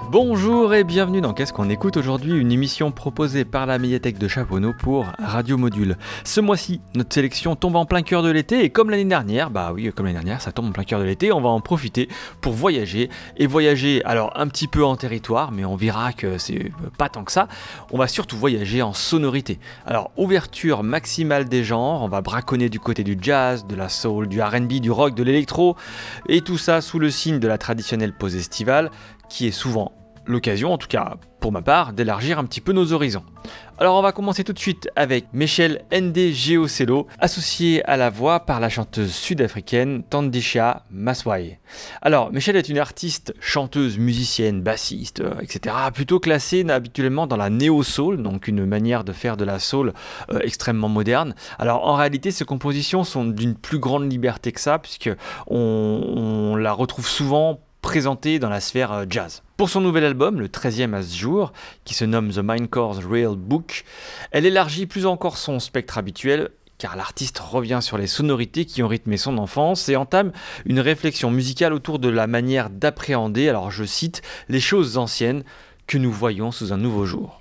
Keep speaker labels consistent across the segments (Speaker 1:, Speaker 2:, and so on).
Speaker 1: Bonjour et bienvenue dans Qu'est-ce qu'on écoute aujourd'hui, une émission proposée par la médiathèque de Chaponneau pour Radio Module. Ce mois-ci, notre sélection tombe en plein cœur de l'été et comme l'année dernière, ça tombe en plein cœur de l'été, on va en profiter pour voyager alors un petit peu en territoire, mais on verra que c'est pas tant que ça. On va surtout voyager en sonorité. Alors, ouverture maximale des genres, on va braconner du côté du jazz, de la soul, du R&B, du rock, de l'électro et tout ça sous le signe de la traditionnelle pause estivale qui est souvent l'occasion, en tout cas pour ma part, d'élargir un petit peu nos horizons. Alors on va commencer tout de suite avec Mechel Ndegeocello, associée à la voix par la chanteuse sud-africaine Thandisha Maswai. Alors Mechel est une artiste, chanteuse, musicienne, bassiste, etc. plutôt classée habituellement dans la néo-soul, donc une manière de faire de la soul extrêmement moderne. Alors en réalité ses compositions sont d'une plus grande liberté que ça, puisque on la retrouve souvent présentée dans la sphère jazz. Pour son nouvel album, le 13e à ce jour, qui se nomme The Minecore's Real Book, elle élargit plus encore son spectre habituel, car l'artiste revient sur les sonorités qui ont rythmé son enfance et entame une réflexion musicale autour de la manière d'appréhender, alors je cite, les choses anciennes que nous voyons sous un nouveau jour.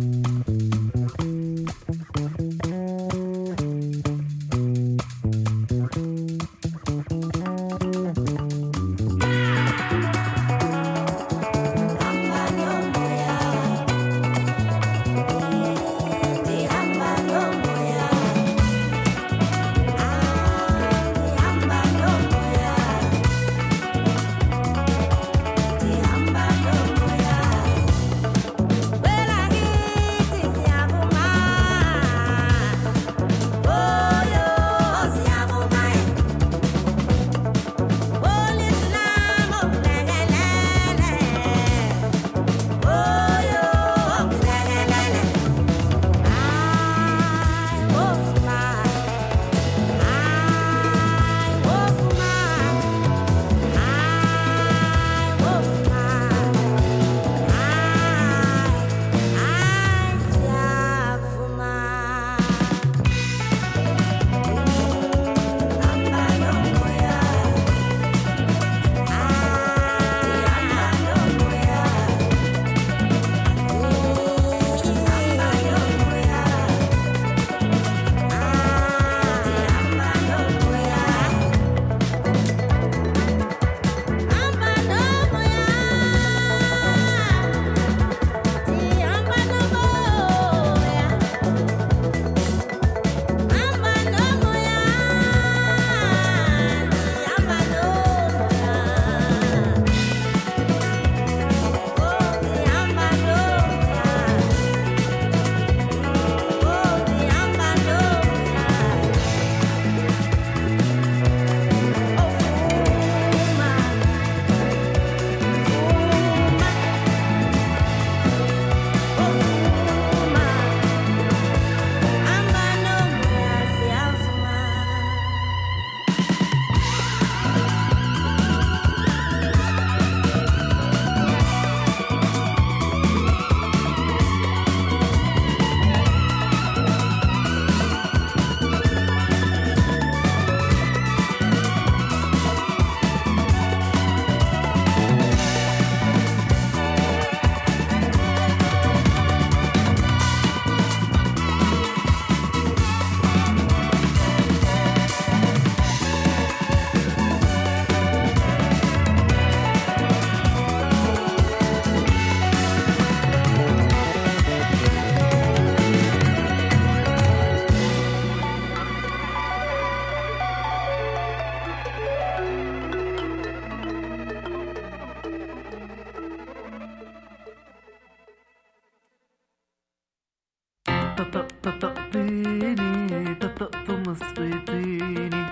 Speaker 2: طقطقتيني طقطق مسقيتيني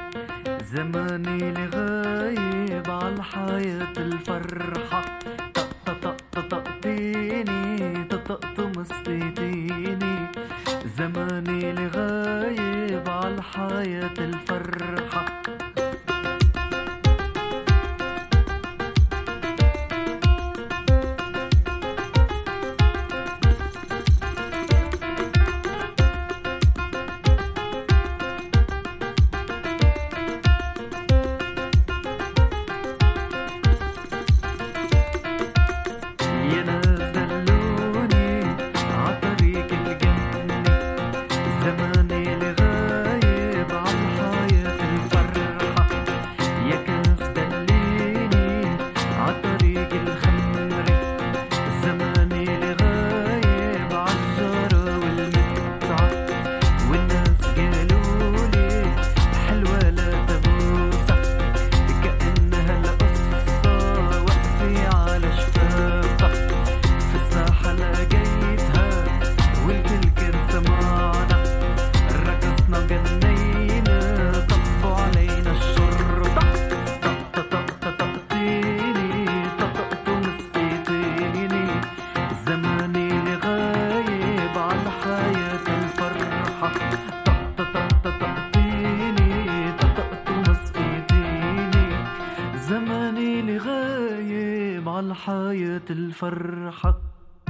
Speaker 2: زماني لغايب عالحياة الفرحة طقطقتيني طقطق مسقيتيني زماني لغايب عالحياة الفرحة عالحياة الفرحة.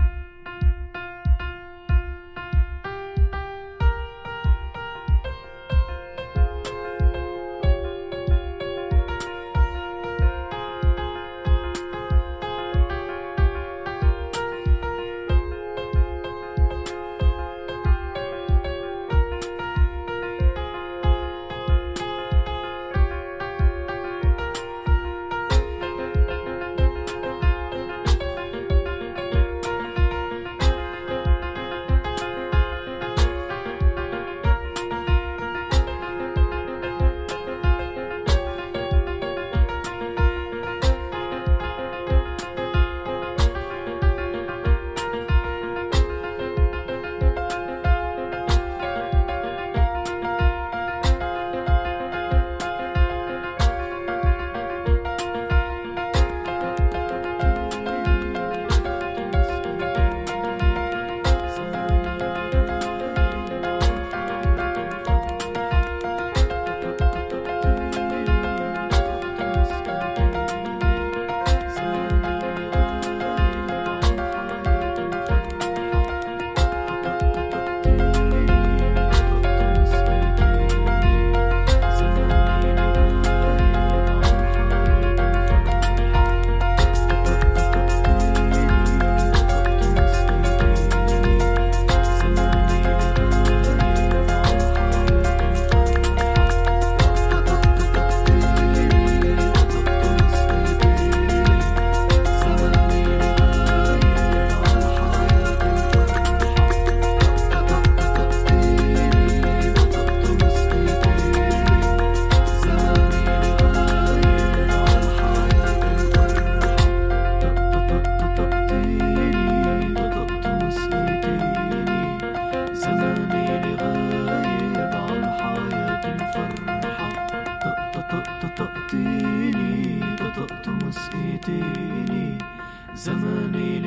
Speaker 2: زماني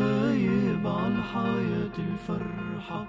Speaker 2: لغايب عالحياة الفرحة.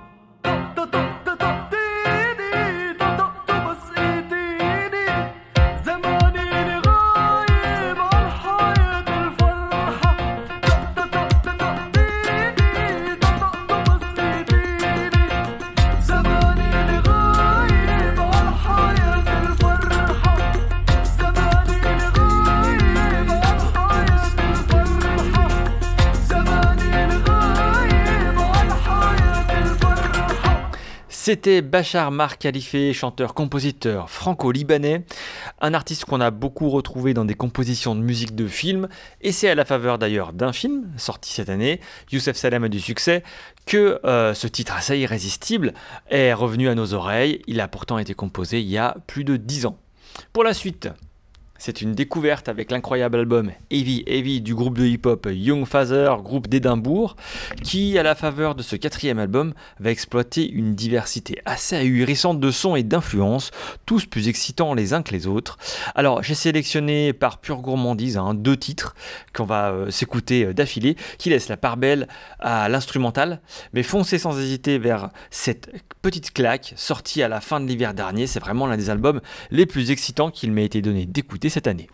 Speaker 1: C'était Bachar Mar Khalife, chanteur-compositeur franco-libanais, un artiste qu'on a beaucoup retrouvé dans des compositions de musique de films, et c'est à la faveur d'ailleurs d'un film sorti cette année, Youssef Salem a du succès, que ce titre assez irrésistible est revenu à nos oreilles. Il a pourtant été composé il y a plus de 10 ans. Pour la suite, c'est une découverte avec l'incroyable album Heavy Heavy du groupe de hip-hop Young Father, groupe d'Édimbourg, qui, à la faveur de ce 4e album, va exploiter une diversité assez ahurissante de sons et d'influences, tous plus excitants les uns que les autres. Alors, j'ai sélectionné par pure gourmandise 2 titres qu'on va s'écouter d'affilée, qui laissent la part belle à l'instrumental, mais foncez sans hésiter vers cette petite claque sortie à la fin de l'hiver dernier. C'est vraiment l'un des albums les plus excitants qu'il m'ait été donné d'écouter cette année.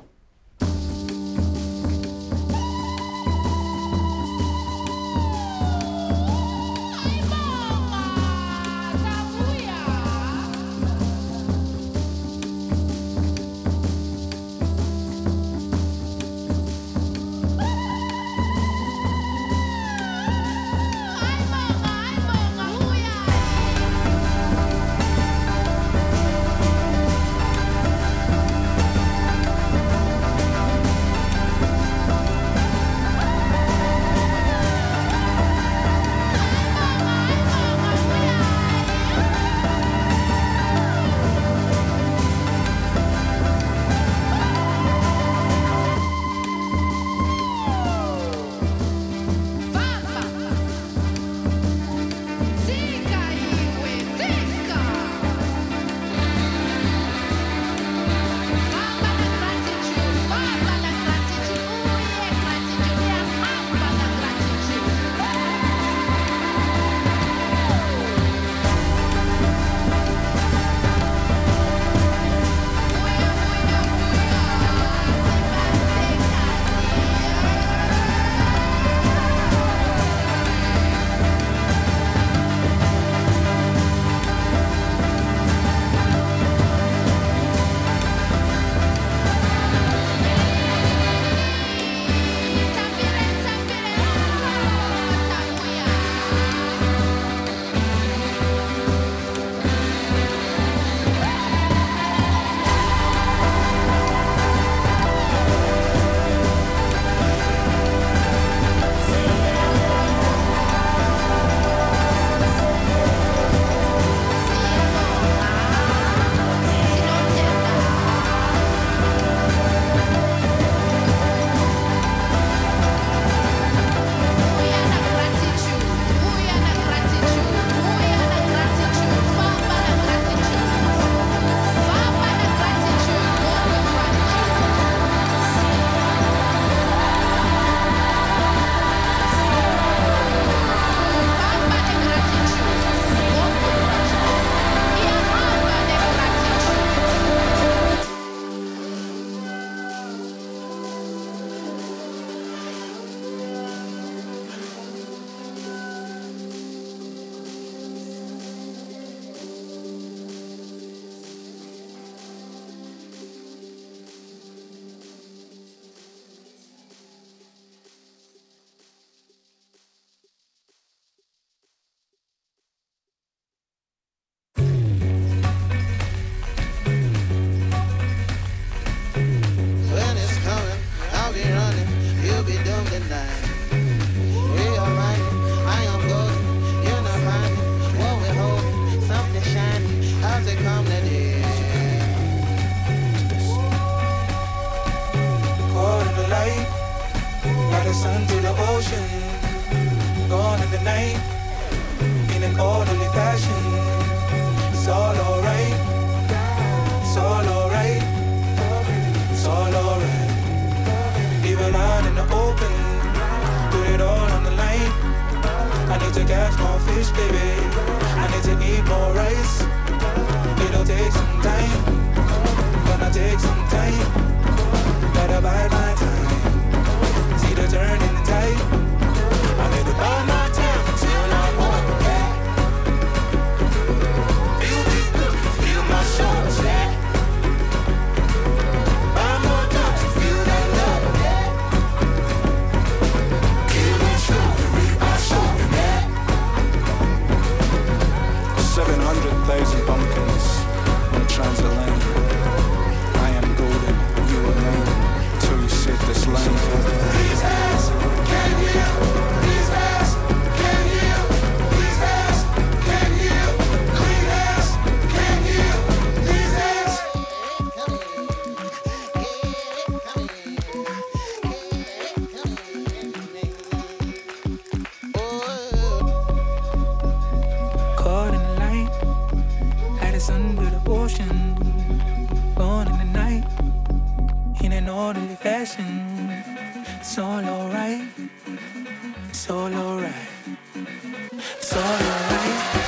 Speaker 3: listen. It's all alright. It's all alright. It's all alright.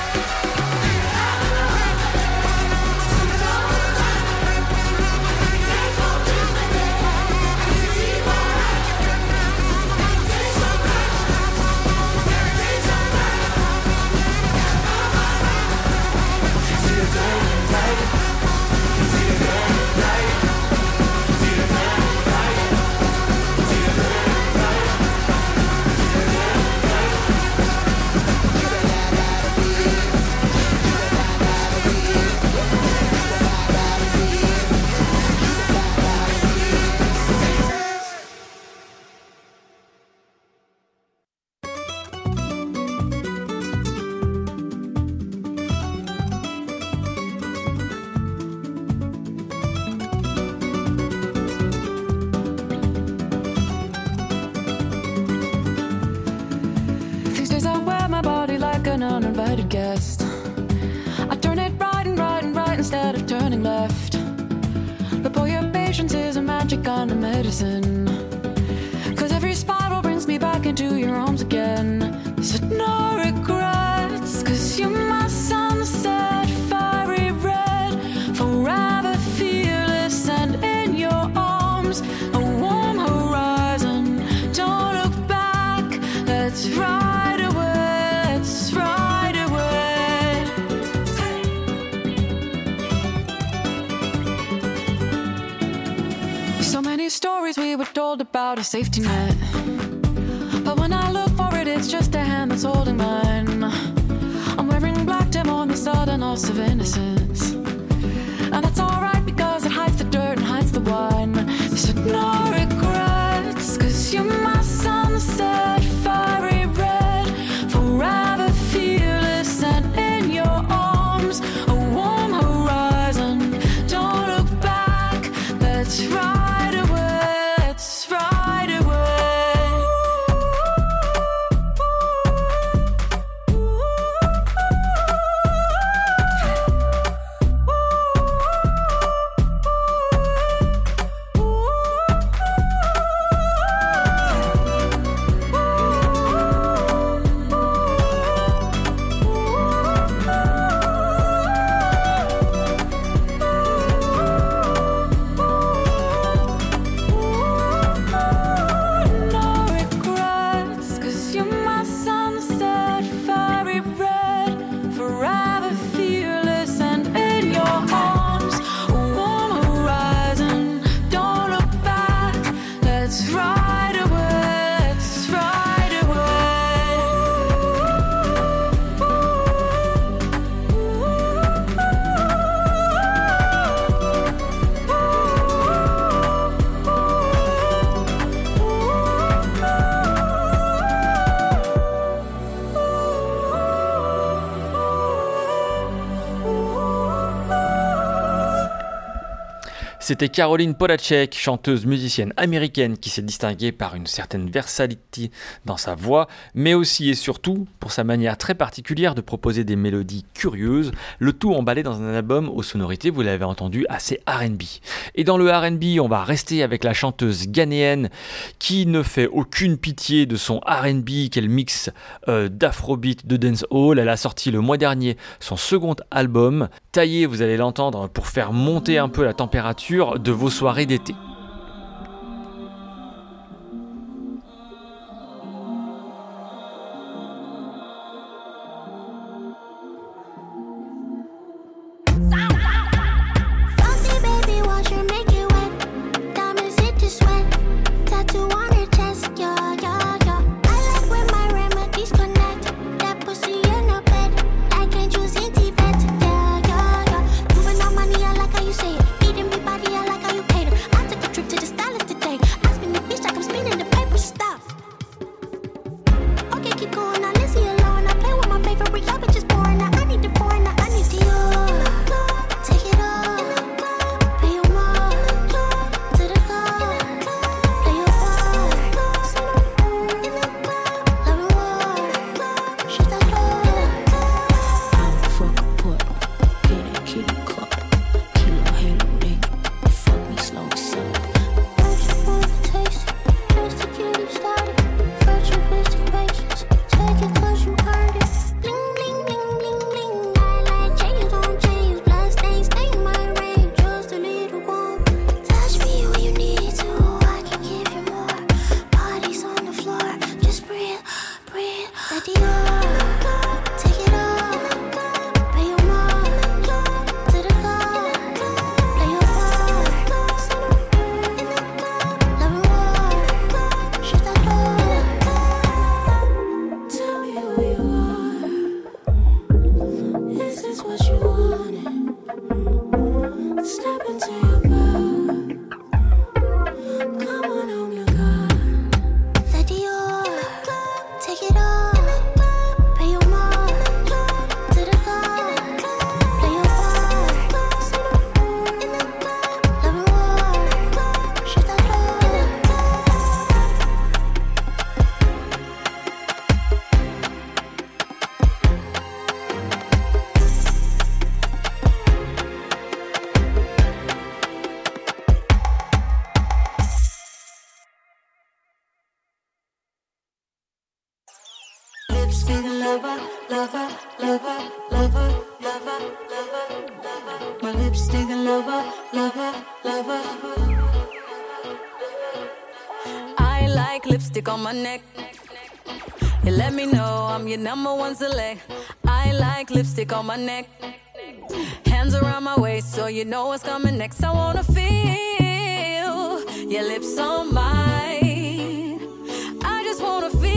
Speaker 4: Uninvited guest. I turn it right and right and right instead of turning left. But boy, your patience is a magic kind of medicine. Cause every spiral brings me back into your arms again. Said no regrets, cause you're my sunset, fiery red, forever fearless and in your arms, a warm horizon. Don't look back, let's ride away, let's ride away. So many stories we were told about a safety net, but when I look for it, it's just a hand that's holding mine. I'm wearing black gem on the sudden loss of innocence, and that's alright because it hides the dirt and hides the wine. They said no regrets, cause you're my sunset, fiery red, forever fearless and in your arms, a warm horizon. Don't look back, let's ride away, let's ride away. No regrets, cause you're my sunset, fiery red, forever fearless and in your arms, a warm horizon. Don't look back, let's ride away, let's ride
Speaker 1: C'était Caroline Polachek, chanteuse musicienne américaine qui s'est distinguée par une certaine versatilité dans sa voix, mais aussi et surtout pour sa manière très particulière de proposer des mélodies curieuses, le tout emballé dans un album aux sonorités, vous l'avez entendu, assez R&B. Et dans le R&B, on va rester avec la chanteuse ghanéenne qui ne fait aucune pitié de son R&B qu'elle mixe d'afrobeat, de dancehall. Elle a sorti le mois dernier son second album, taillé, vous allez l'entendre, pour faire monter un peu la température de vos soirées d'été.
Speaker 5: Fancy baby, wash her, make it wet. Diamonds hit the sweat. Tattoo on her chest, yeah, yeah, yeah. I like when my remedies connect. That pussy in her bed. I can choose in Tibet, yeah, yeah, yeah. Moving on money, I like how you say it. Eating me body, I like how you cater. I took step into your bed. Come on, oh my God. The Dior, take it off. Pay your mark to the car. Play your part. Love and war. Shut that door. Lipstick lover, lover, lover, lover, lover, lover, lover. My lipstick lover, lover, lover.
Speaker 4: I like lipstick on my neck. You let me know I'm your number one select. I like lipstick on my neck. Hands around my waist so you know what's coming next. I wanna feel your lips on mine. I just wanna feel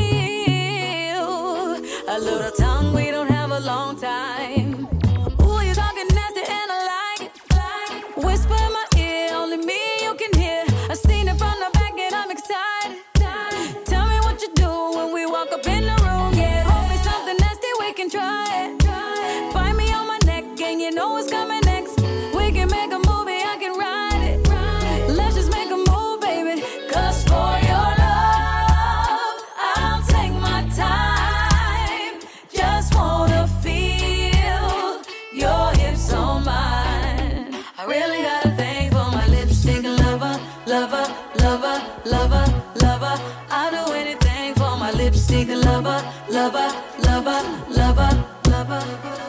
Speaker 4: a little tongue, we don't have a long time. Ooh, you're talking nasty and I like it. Whisper in my ear, only me you can hear. I seen it from the back and I'm excited. Tell me what you do when we walk up in the room. Yeah, hold me something nasty, we can try it. Bite me on my neck and you know what's coming next. We can make a movie, I can write it. Let's just make a move, baby. 'Cause for your love, I'll take my time. Just wanna feel your hips on mine. I really got a thing for my lipstick lover, lover, lover, lover, lover. I'll do anything for my lipstick lover, lover, lover, lover, lover.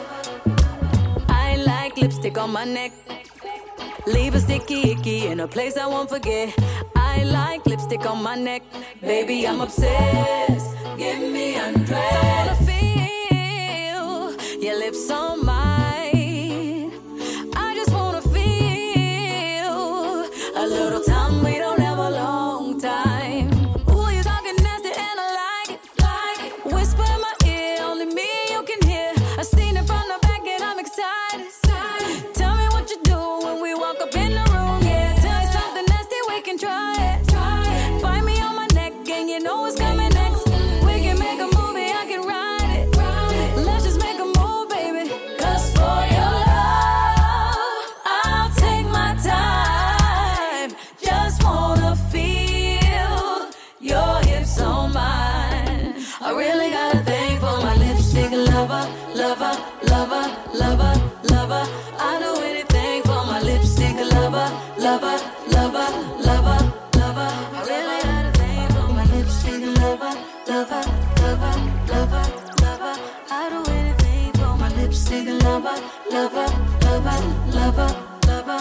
Speaker 4: I like lipstick on my neck. Leave a sticky icky in a place I won't forget. I like lipstick on my neck. Baby, I'm obsessed. Give me undressed. I wanna feel your lips on mine. I just wanna feel a little time. We don't have a long time. Ooh, you're talking nasty and I like it. Whisper in my ear, only me you can hear. I seen it from the back and I'm excited. Tell me what you do when we walk up in the room. Yeah, tell me something nasty, we can try it. Bite me on my neck and you know what's coming next. We can make a movie, I can write it. Let's just make a move, baby. 'Cause for your love, I'll take my time. Just wanna feel your hips on mine. I really got a thing for my lipstick lover, lover, lover, lover, lover. I'll do anything for my lipstick lover, lover, lover, lover, lover. I really got a thing for my lipstick lover, lover, lover, lover, lover. I'll do anything for my lipstick lover, lover, lover, lover, lover.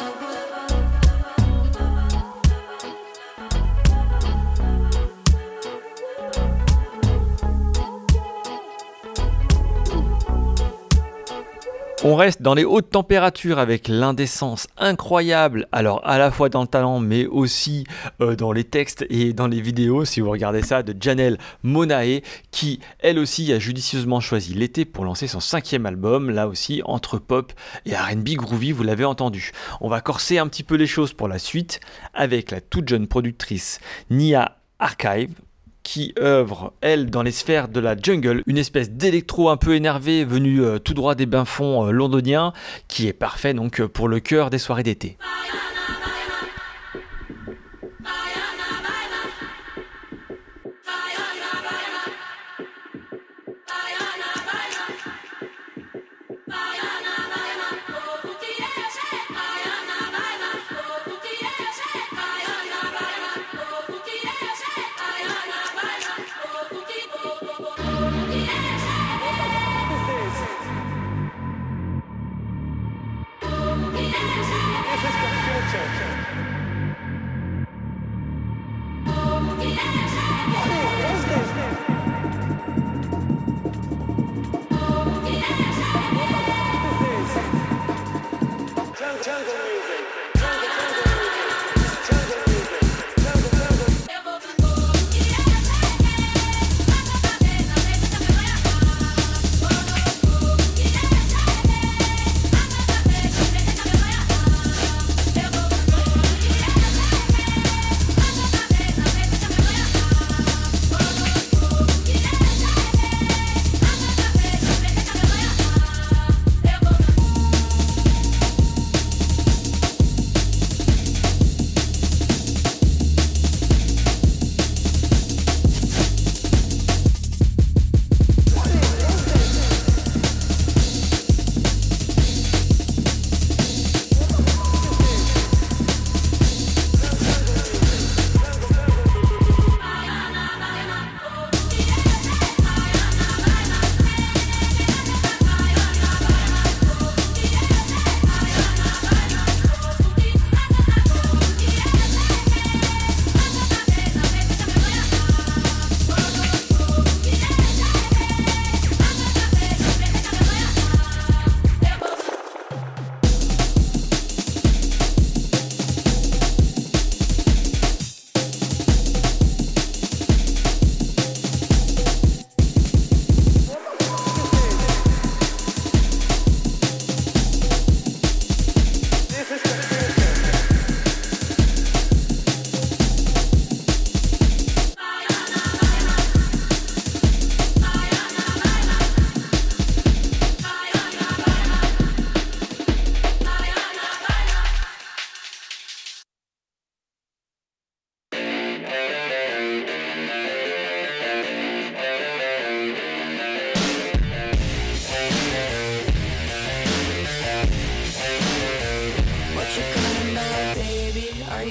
Speaker 1: On reste dans les hautes températures avec l'indécence incroyable, alors à la fois dans le talent mais aussi dans les textes et dans les vidéos, si vous regardez ça, de Janelle Monáe, qui elle aussi a judicieusement choisi l'été pour lancer son 5e album, là aussi entre pop et R&B groovy, vous l'avez entendu. On va corser un petit peu les choses pour la suite avec la toute jeune productrice Nia Archive, qui œuvre, elle, dans les sphères de la jungle, une espèce d'électro un peu énervé venu tout droit des bains-fonds londoniens, qui est parfait donc pour le cœur des soirées d'été.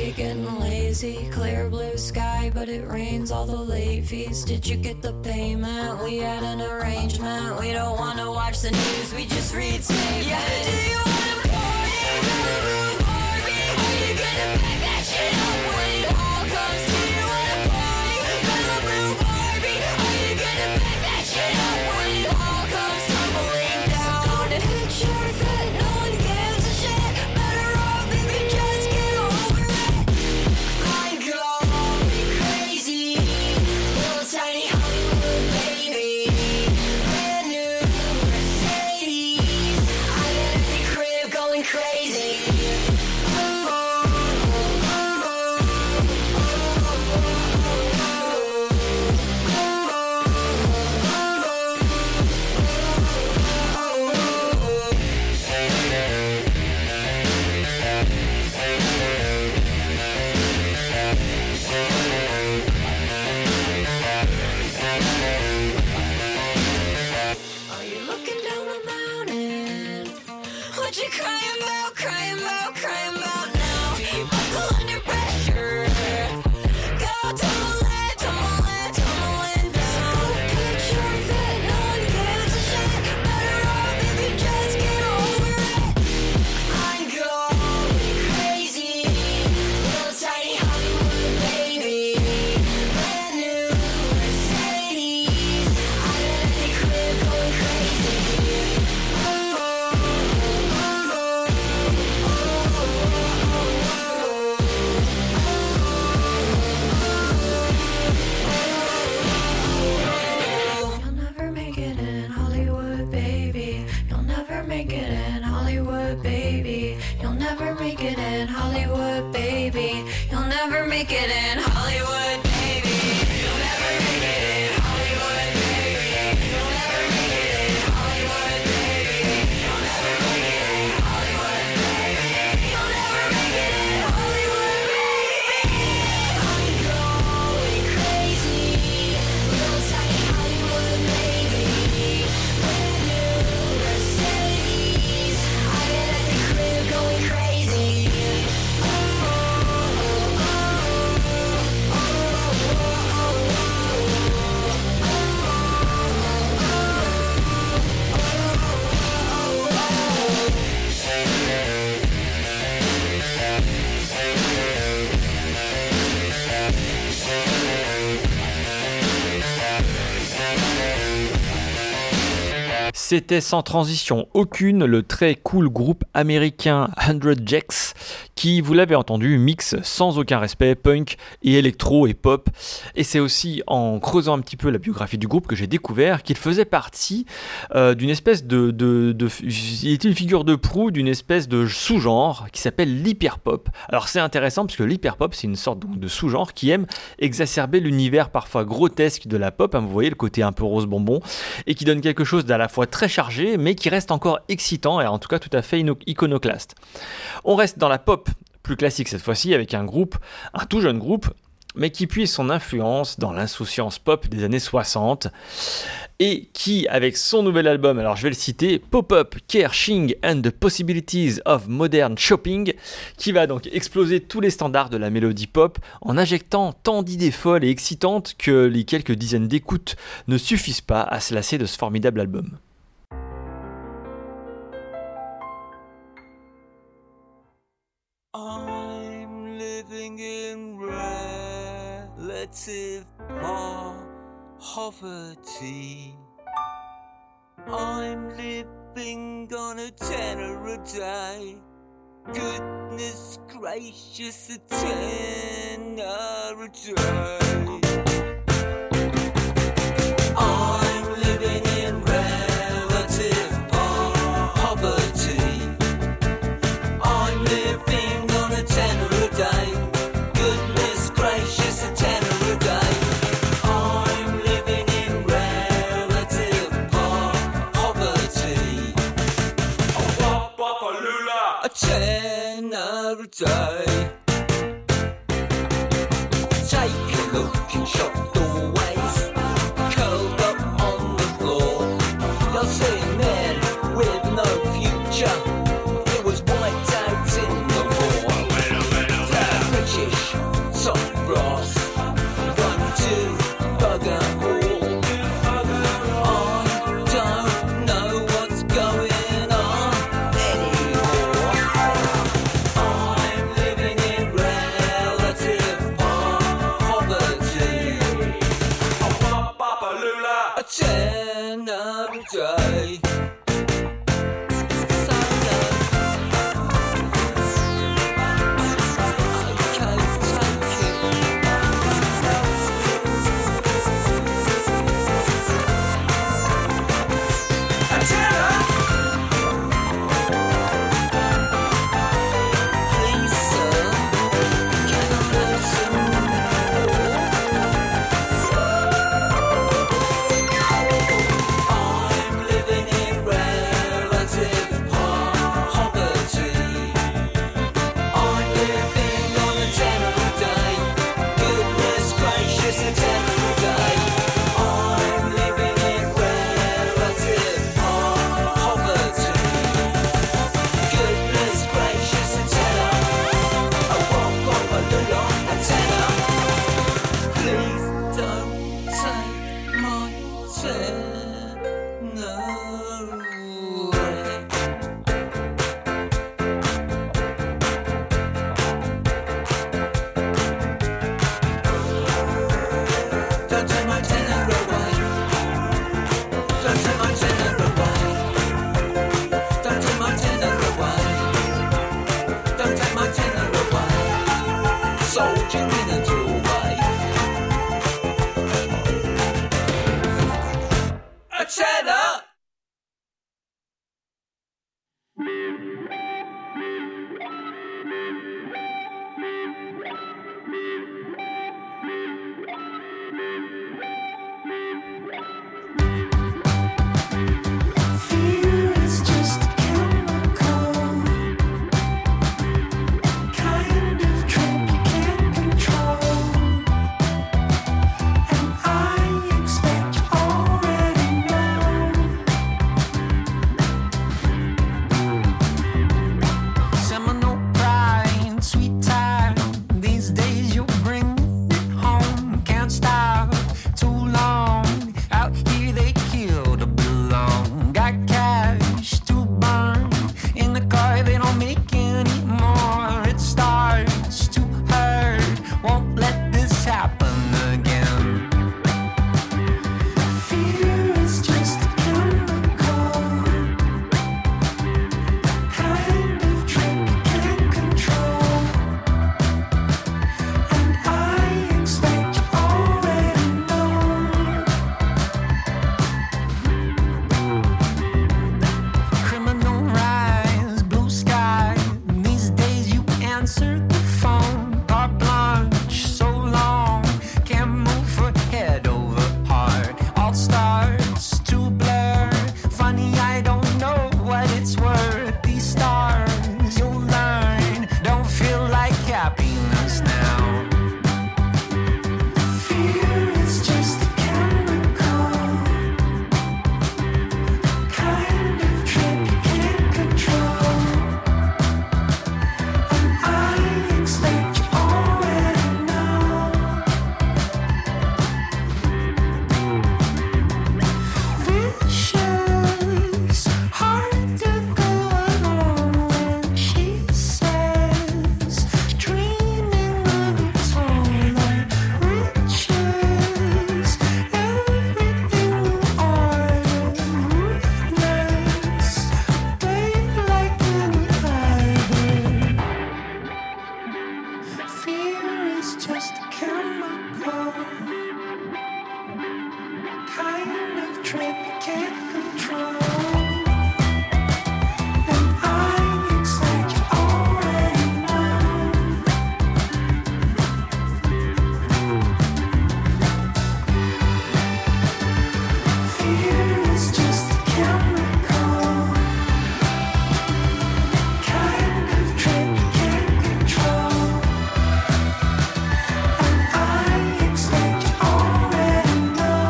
Speaker 4: you getting lazy? Clear blue sky, but it rains all the late fees. Did you get the payment? We had an arrangement. We don't wanna watch the news, we just read statements. Yeah, do you wanna party? Barbie? Are you gonna back that shit up when it all comes to you? Wanna party? Barbie? Are you gonna back that shit up when it all comes tumbling down? Don't hit your fit, no one gives a shit. Better off if you just get over it. I'm going crazy, little tiny Hollywood baby. Brand new Mercedes, I'm in the crib going crazy. Are you looking down the mountain? What you crying about, crying about, crying about now? You buckle under pressure. Go tumbling, tumbling, tumbling down. Don't put your fit, no one gives a shit. Better off if you just get over it. I'm going crazy, little tiny Hollywood baby. Brand new Mercedes, I'm in the crib going crazy. You'll never make it in Hollywood, baby. You'll never make it in Hollywood, baby. You'll never make it in Hollywood, baby. You'll never make it in Hollywood, baby. You'll never make it in Hollywood, baby. You'll never make it in Hollywood, baby. You'll never make it in Hollywood, baby. You'll never make it in Hollywood, baby. I'm going crazy, little tiny Hollywood baby. Brand new Mercedes, I get at the crib going crazy.
Speaker 1: C'était sans transition aucune le très cool groupe américain 100 Jacks qui, vous l'avez entendu, mixe sans aucun respect punk et électro et pop. Et c'est aussi en creusant un petit peu la biographie du groupe que j'ai découvert qu'il faisait partie d'une espèce il était une figure de proue d'une espèce de sous-genre qui s'appelle l'hyperpop. Alors c'est intéressant parce que l'hyperpop c'est une sorte donc, de sous-genre qui aime exacerber l'univers parfois grotesque de la pop, hein, vous voyez le côté un peu rose bonbon, et qui donne quelque chose d'à la fois très chargé mais qui reste encore excitant et en tout cas tout à fait iconoclaste. On reste dans la pop plus classique cette fois-ci avec un tout jeune groupe mais qui puise son influence dans l'insouciance pop des années 60 et qui, avec son nouvel album, alors je vais le citer, Pop-Up, Kershing and the Possibilities of Modern Shopping, qui va donc exploser tous les standards de la mélodie pop en injectant tant d'idées folles et excitantes que les quelques dizaines d'écoutes ne suffisent pas à se lasser de ce formidable album.
Speaker 3: I'm living in relative poverty. I'm living on a tenner a day. Goodness gracious, a tenner a day. I'm living in relative poverty. I'm living on a tenner a day. Goodness gracious, a tenner a day. I'm living in relative poverty. A tenner a day. Take a look in shop doorways, curled up on the floor. You'll see a man with no future. It was wiped out in the war. Rich soldiering in a doorway. A cheddar!
Speaker 2: Fear is just a chemical kind of trip you can't control, and I expect you already know.
Speaker 6: Seminole pride, sweet time. These days you'll bring it home. Can't stop too long. Out here they kill to belong. Got cash to burn in the car they don't make anymore. It starts to hurt. Won't let this happen again.
Speaker 2: Fear is just a chemical kind of trip you can't control, and I expect you already know.
Speaker 6: Criminal rise, blue sky. These days you answer the phone. Carte blanche, so long. Can't move for head over heart. All starts to blur. Funny, I don't know what it's worth. These stars, you'll learn. Don't feel like happiness now.
Speaker 2: Fear is just a chemical kind of trip you can't control, and I expect you already know. Vicious, hard to go along when she says, dreaming of its own riches, everything you are, ruthless, babe like any other. Fear is just a chemical kind of trip you can't control, and I expect you already know. Fear is just a chemical kind of trip you can't control, and I expect you already know.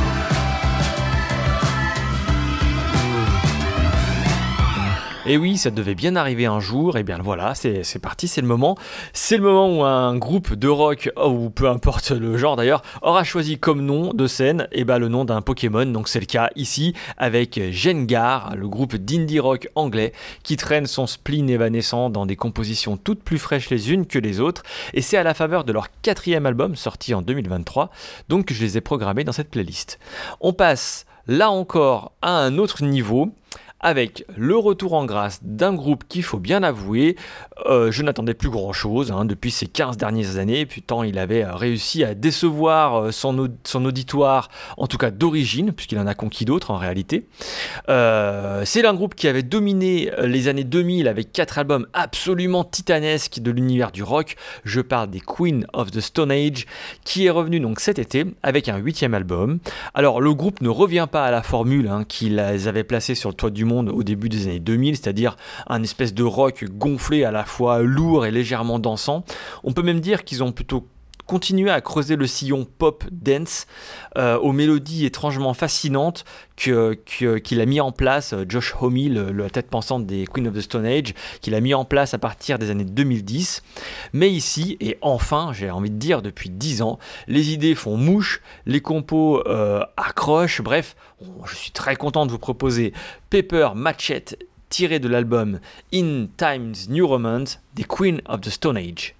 Speaker 1: Et oui, ça devait bien arriver un jour, et bien voilà, c'est parti, c'est le moment. C'est le moment où un groupe de rock, ou peu importe le genre d'ailleurs, aura choisi comme nom de scène le nom d'un Pokémon. Donc c'est le cas ici avec Gengar, le groupe d'indie rock anglais qui traîne son spleen évanescent dans des compositions toutes plus fraîches les unes que les autres. Et c'est à la faveur de leur 4e album sorti en 2023, donc que je les ai programmés dans cette playlist. On passe là encore à un autre niveau, avec le retour en grâce d'un groupe qu'il faut bien avouer, je n'attendais plus grand chose depuis ces 15 dernières années, puis tant il avait réussi à décevoir son auditoire, en tout cas d'origine, puisqu'il en a conquis d'autres en réalité. C'est un groupe qui avait dominé les années 2000 avec 4 albums absolument titanesques de l'univers du rock. Je parle des Queen of the Stone Age, qui est revenu donc cet été avec un 8e album. Alors le groupe ne revient pas à la formule qu'ils avaient placée sur le toit du monde au début des années 2000, c'est-à-dire un espèce de rock gonflé à la fois lourd et légèrement dansant. On peut même dire qu'ils ont plutôt continué à creuser le sillon pop dance aux mélodies étrangement fascinantes qu'il a mis en place Josh Homme, la tête pensante des Queen of the Stone Age, qu'il a mis en place à partir des années 2010. Mais ici, et enfin, j'ai envie de dire depuis 10 ans, les idées font mouche, les compos accrochent, bref, je suis très content de vous proposer Pepper Machete, tiré de l'album In Times New Romance des Queen of the Stone Age.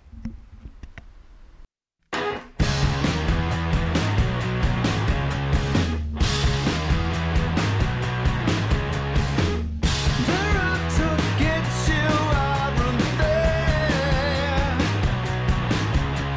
Speaker 2: They're out to get you, I run there.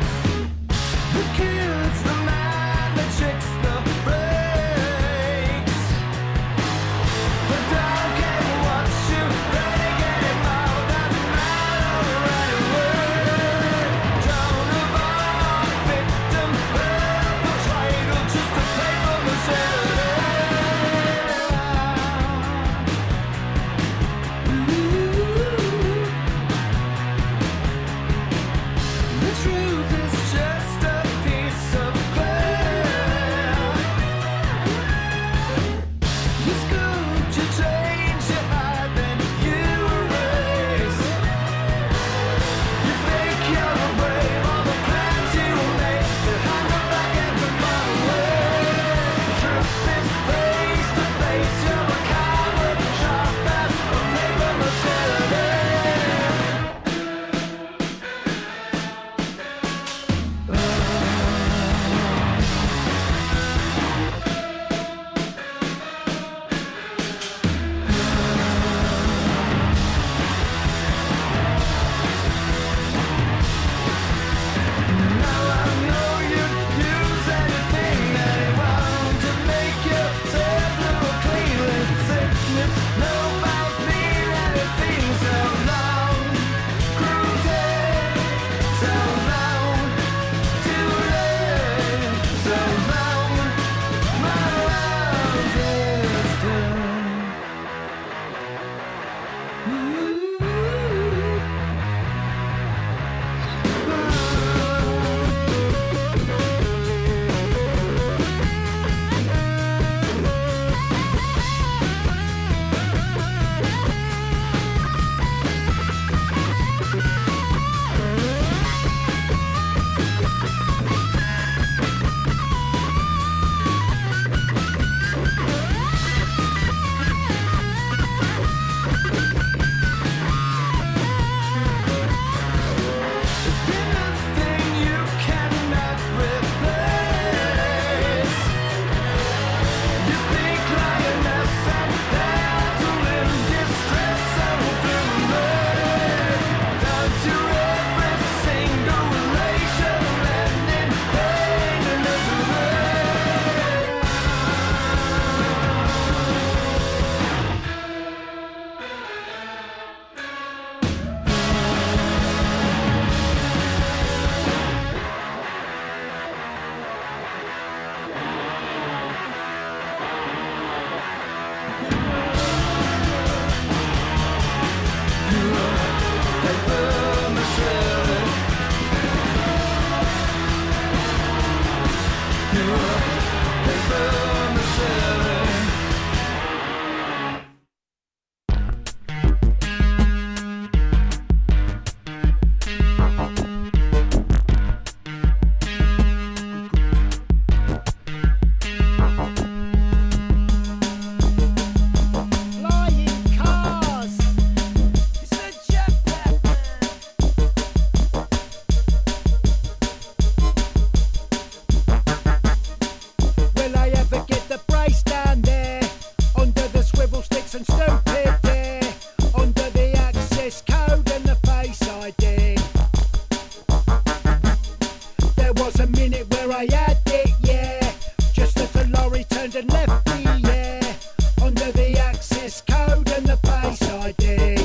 Speaker 7: there was a minute where I had it, yeah. Just as the lorry turned and left me, yeah. Under the access code and the face ID.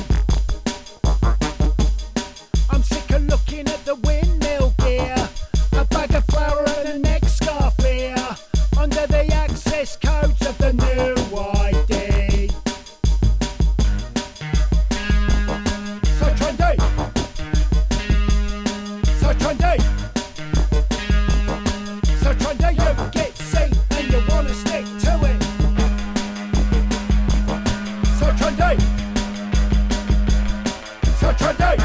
Speaker 7: I'm sick of looking at the windmill gear. A bag of flour and a neck scarf here. Under the access codes of the new ID. So trendy. So trendy. So trendy, you get seen and you wanna stick to it. So trendy. So trendy.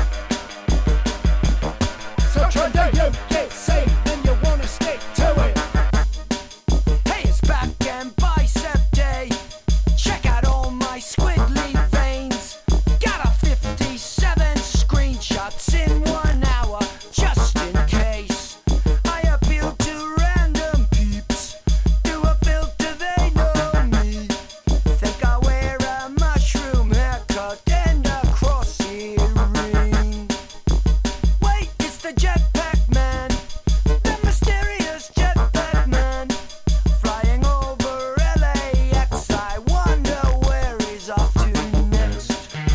Speaker 7: So trendy, you get seen and you wanna stick to it.
Speaker 6: Hey, it's back and bicep day. Check out all my squiggly veins. Got a 57 screenshots in 1 hour, just in case. I appeal to random peeps. Do a filter, they know me. Think I wear a mushroom haircut and a cross earring. Wait, it's the jetpack man. The mysterious jetpack man. Flying over LAX, I wonder where he's off to next.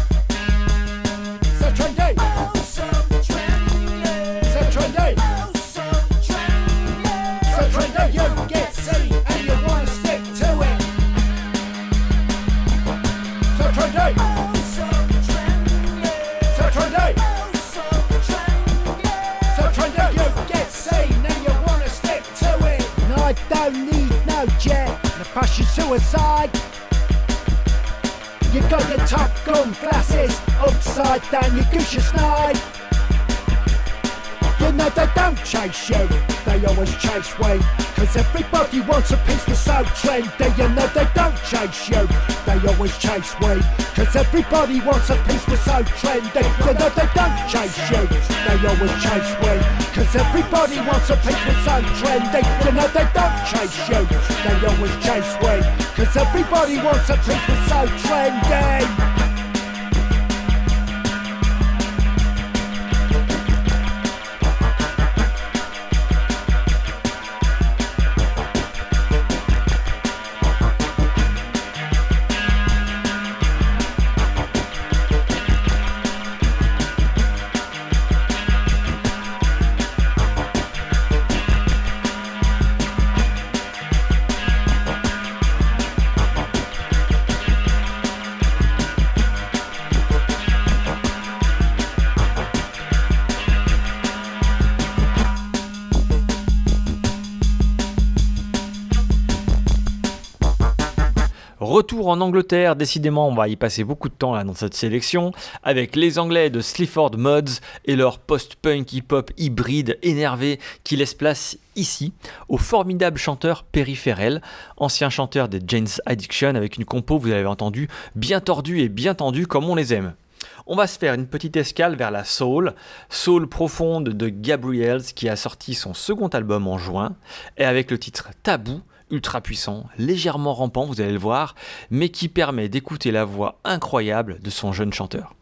Speaker 7: So trendy.
Speaker 6: Oh, so trendy.
Speaker 7: So trendy.
Speaker 6: Oh, so trendy.
Speaker 7: So trendy, you get seen and you wanna stick to it. So trendy.
Speaker 6: Oh, so trendy.
Speaker 7: So trendy.
Speaker 6: Oh, so trendy.
Speaker 7: So trendy, you get seen and you wanna stick to it. No, I don't need no jet to push you suicide. You got your Top Gun glasses upside down, you goose your snide. You know they don't chase you, they always chase we. Cause everybody wants a piece that's so trendy. You know they don't chase you, they always chase we. Cause everybody wants a piece that's so trendy. You know they don't chase you, they always chase we. Cause everybody wants a piece that's so trendy. You know they don't chase you, they always chase we. Cause everybody wants a piece that's so trendy.
Speaker 1: Retour en Angleterre, décidément on va y passer beaucoup de temps là dans cette sélection, avec les Anglais de Sleaford Mods et leur post-punk hip-hop hybride énervé qui laisse place ici au formidable chanteur Perry Farrell, ancien chanteur des Jane's Addiction, avec une compo, vous l'avez entendu, bien tordue et bien tendue comme on les aime. On va se faire une petite escale vers la soul profonde de Gabriels qui a sorti son second album en juin, et avec le titre Tabou, ultra puissant, légèrement rampant, vous allez le voir, mais qui permet d'écouter la voix incroyable de son jeune chanteur.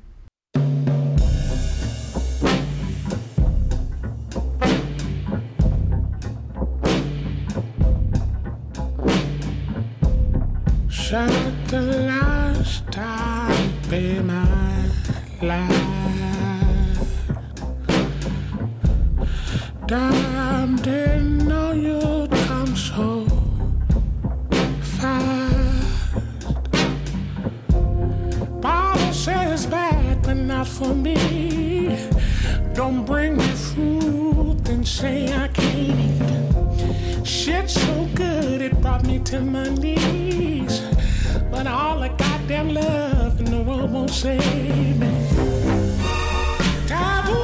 Speaker 2: Shut the last time be my life. Damn, didn't know you'd come so fast. Bible says bad, but not for me. Don't bring me fruit and say I can't eat. Shit so good it brought me to my knees. But all the goddamn love in the world won't save me. Taboo.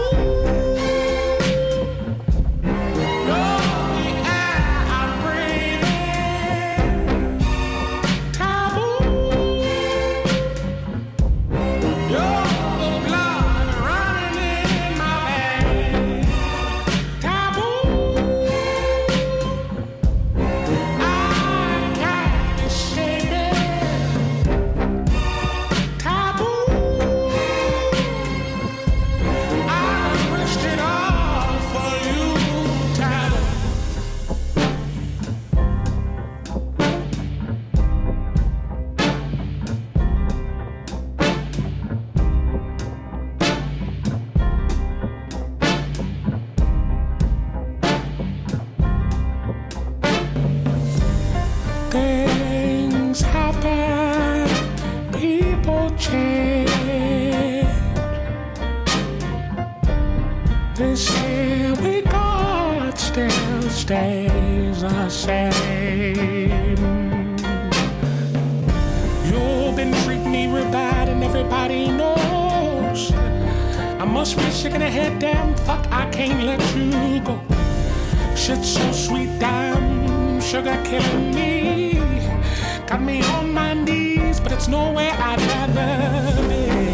Speaker 2: Taboo. Here we go, it still stays the same. You've been treating me real bad and everybody knows. I must be sick in the head, damn fuck, I can't let you go. Shit's so sweet, damn sugar killing me. Got me on my knees, but it's nowhere I'd rather be.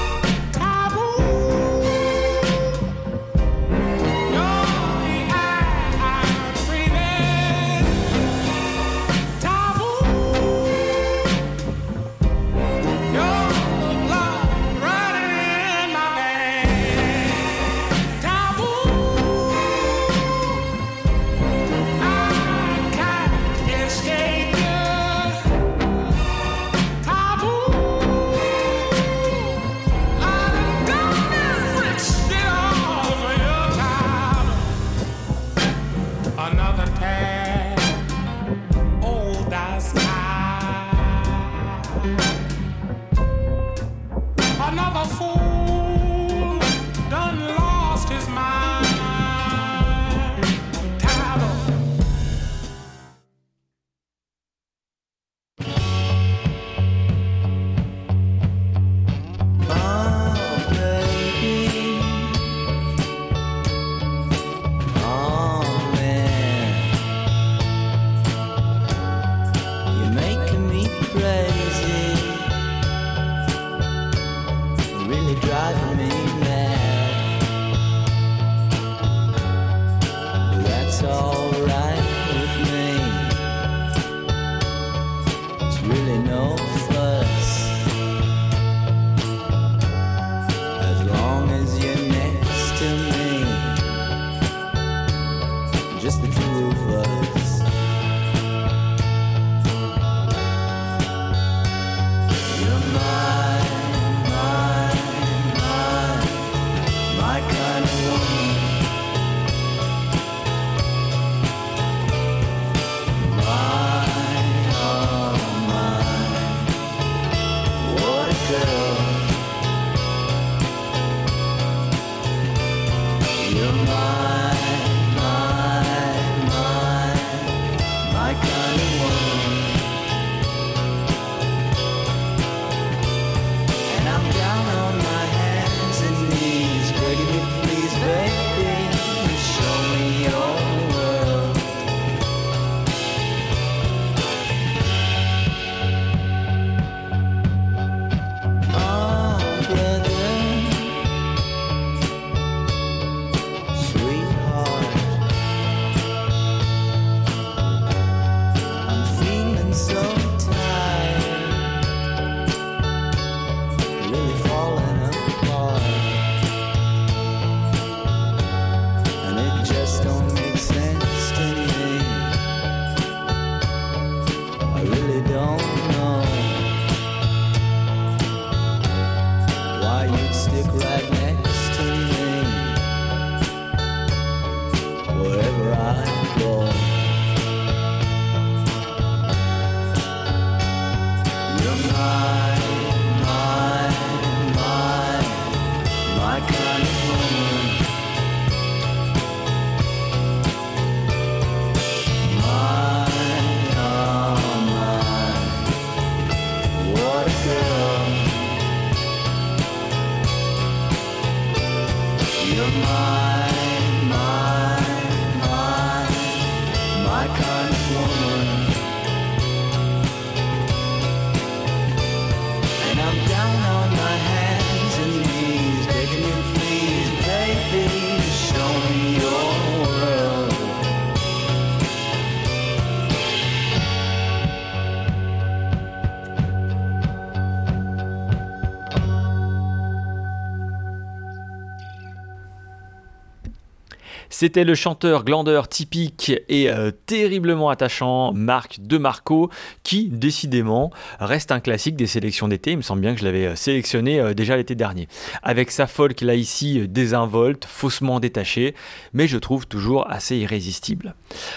Speaker 1: C'était le chanteur glandeur typique et terriblement attachant Marc DeMarco qui décidément reste un classique des sélections d'été. Il me semble bien que je l'avais sélectionné déjà l'été dernier. Avec sa folk là ici désinvolte, faussement détachée, mais je trouve toujours assez irrésistible.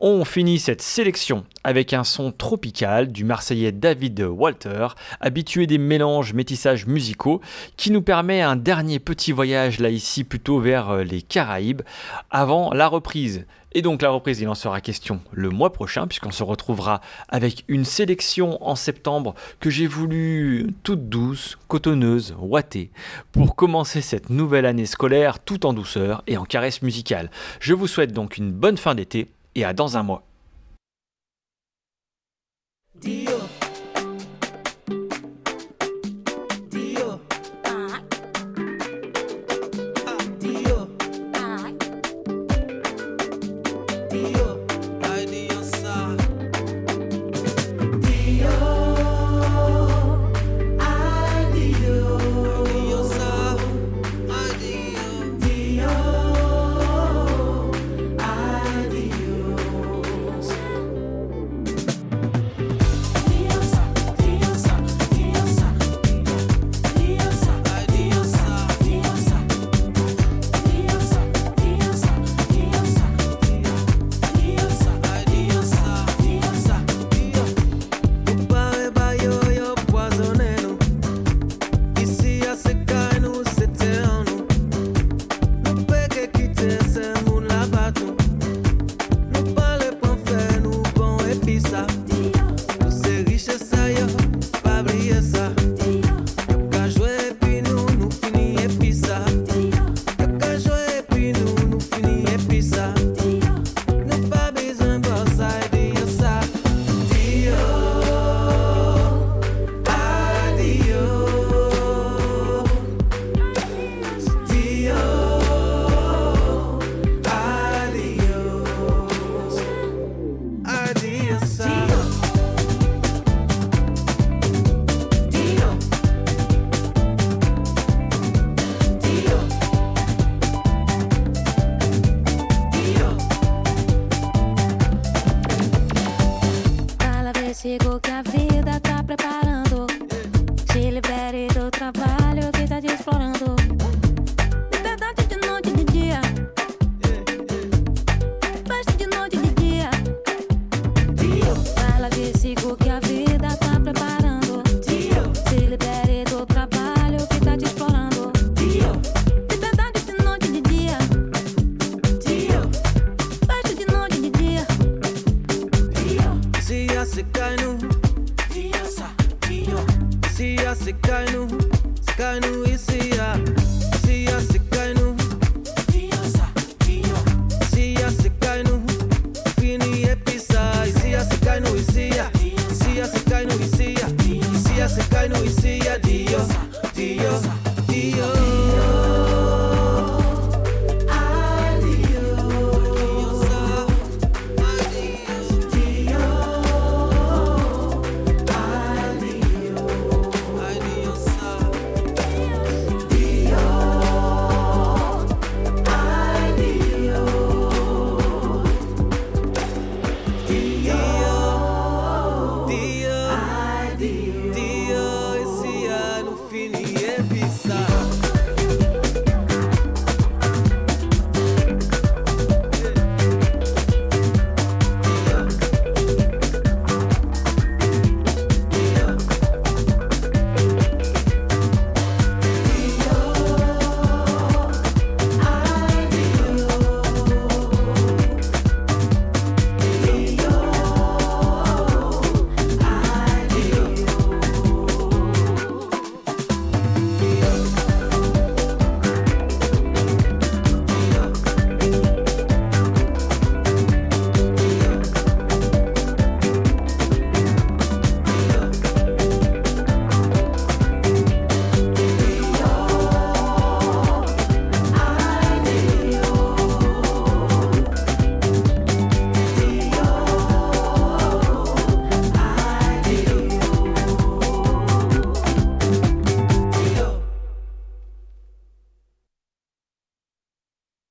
Speaker 1: On finit cette sélection avec un son tropical du Marseillais David Walter, habitué des mélanges métissages musicaux, qui nous permet un dernier petit voyage là ici plutôt vers les Caraïbes avant la reprise. Et donc la reprise, il en sera question le mois prochain, puisqu'on se retrouvera avec une sélection en septembre que j'ai voulu toute douce, cotonneuse, ouatée, pour commencer cette nouvelle année scolaire tout en douceur et en caresse musicale. Je vous souhaite donc une bonne fin d'été et à dans un mois.
Speaker 3: Dio